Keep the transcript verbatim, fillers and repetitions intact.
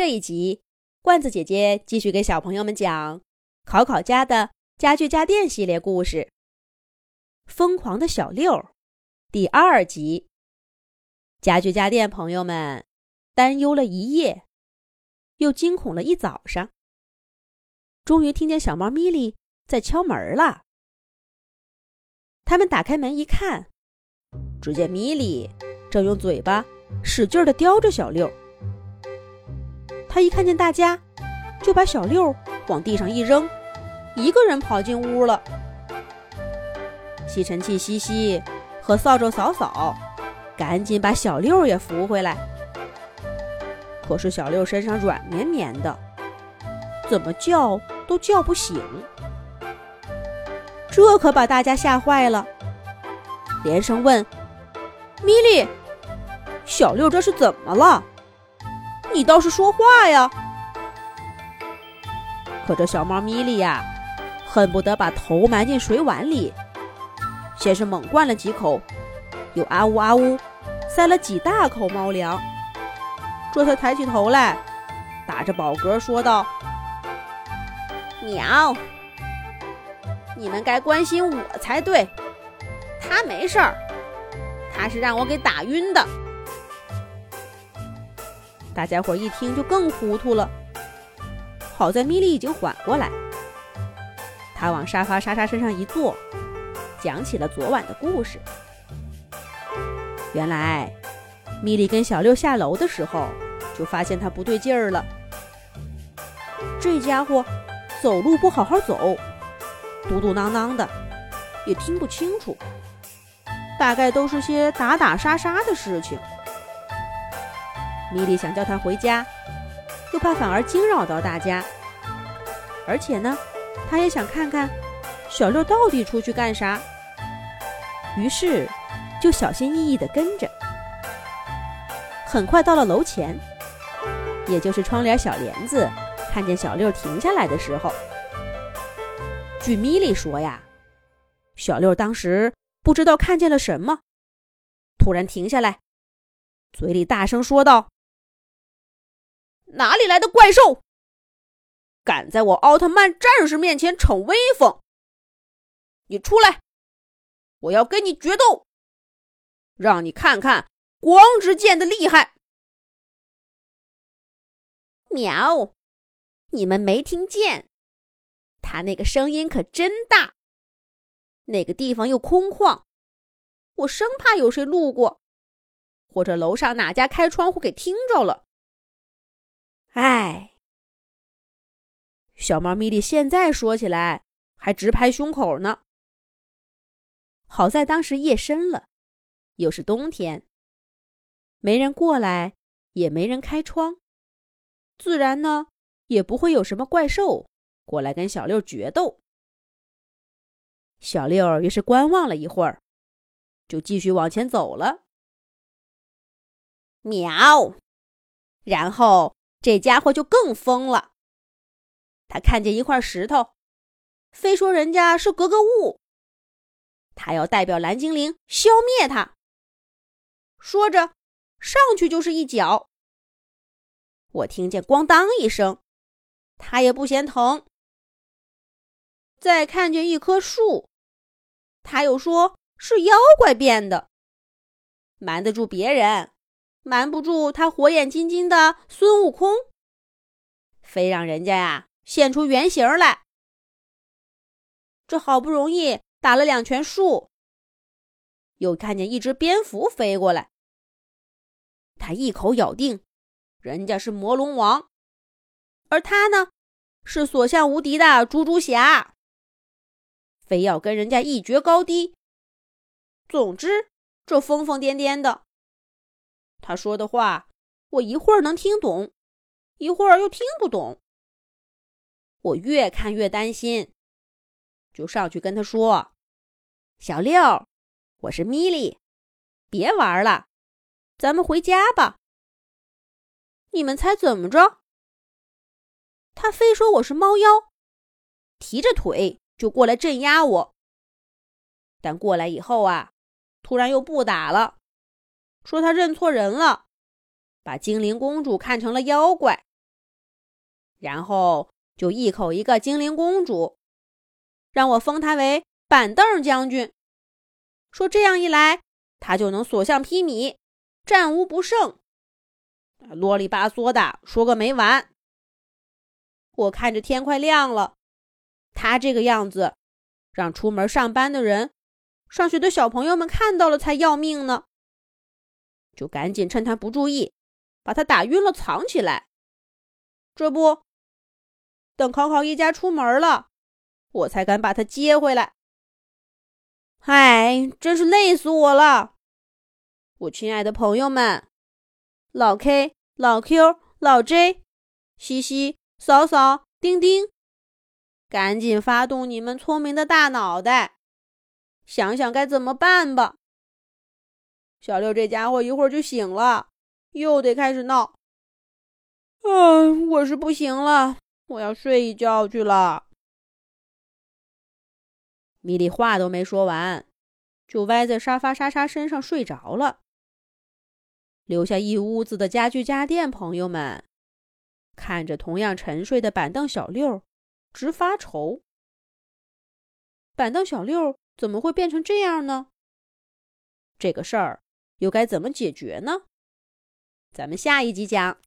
这一集，罐子姐姐继续给小朋友们讲考考家的家具家电系列故事《疯狂的小六》第二集。家具家电朋友们担忧了一夜，又惊恐了一早上，终于听见小猫咪莉在敲门了。他们打开门一看，只见咪莉正用嘴巴使劲地叼着小六。他一看见大家，就把小六往地上一扔，一个人跑进屋了。吸尘器西西和扫帚扫扫赶紧把小六也扶回来。可是小六身上软绵绵的，怎么叫都叫不醒。这可把大家吓坏了，连声问：咪莉，小六这是怎么了？你倒是说话呀！可这小猫咪莉呀，恨不得把头埋进水碗里，先是猛灌了几口，又啊呜啊呜塞了几大口猫粮，这才抬起头来，打着饱嗝说道：喵，你们该关心我才对，他没事儿，他是让我给打晕的。大家伙一听就更糊涂了，好在咪莉已经缓过来，她往沙发莎莎身上一坐，讲起了昨晚的故事。原来咪莉跟小六下楼的时候就发现他不对劲儿了，这家伙走路不好好走，嘟嘟囔囔的，也听不清楚，大概都是些打打杀杀的事情。咪莉想叫他回家，又怕反而惊扰到大家，而且呢，他也想看看小六到底出去干啥，于是就小心翼翼地跟着。很快到了楼前，也就是窗帘小帘子看见小六停下来的时候。据咪莉说呀，小六当时不知道看见了什么，突然停下来，嘴里大声说道：哪里来的怪兽，敢在我奥特曼战士面前逞威风，你出来，我要跟你决斗，让你看看光之剑的厉害。喵，你们没听见，他那个声音可真大，那个地方又空旷，我生怕有谁路过，或者楼上哪家开窗户给听着了。哎，小猫咪莉现在说起来还直拍胸口呢。好在当时夜深了，又是冬天，没人过来，也没人开窗，自然呢也不会有什么怪兽过来跟小六决斗。小六于是观望了一会儿，就继续往前走了。喵，然后这家伙就更疯了，他看见一块石头，非说人家是格格巫，他要代表蓝精灵消灭他，说着上去就是一脚。我听见咣当一声，他也不嫌疼。再看见一棵树，他又说是妖怪变的，瞒得住别人，瞒不住他火眼金睛的孙悟空，非让人家呀现出原形来。这好不容易打了两拳树，又看见一只蝙蝠飞过来，他一口咬定人家是魔龙王，而他呢是所向无敌的猪猪侠，非要跟人家一决高低。总之这疯疯癫癫的，他说的话我一会儿能听懂，一会儿又听不懂。我越看越担心，就上去跟他说：小六，我是咪莉，别玩了，咱们回家吧。你们猜怎么着？他非说我是猫妖，提着腿就过来镇压我。但过来以后啊，突然又不打了，说他认错人了，把精灵公主看成了妖怪， 然后就一口一个精灵公主，让我封她为板凳将军，说这样一来，她就能所向披靡，战无不胜。啰里吧嗦的说个没完。我看着天快亮了，她这个样子，让出门上班的人、上学的小朋友们看到了才要命呢。就赶紧趁她不注意，把她打晕了藏起来。这不，等考考一家出门了，我才敢把她接回来。唉，真是累死我了！我亲爱的朋友们，老 K、老 Q、老 J、西西、嫂嫂、丁丁，赶紧发动你们聪明的大脑袋，想想该怎么办吧。小六这家伙一会儿就醒了，又得开始闹。啊，我是不行了，我要睡一觉去了。米莉话都没说完，就歪在沙发莎莎身上睡着了，留下一屋子的家具家电朋友们看着同样沉睡的板凳小六，直发愁。板凳小六怎么会变成这样呢？这个事儿又该怎么解决呢？咱们下一集讲。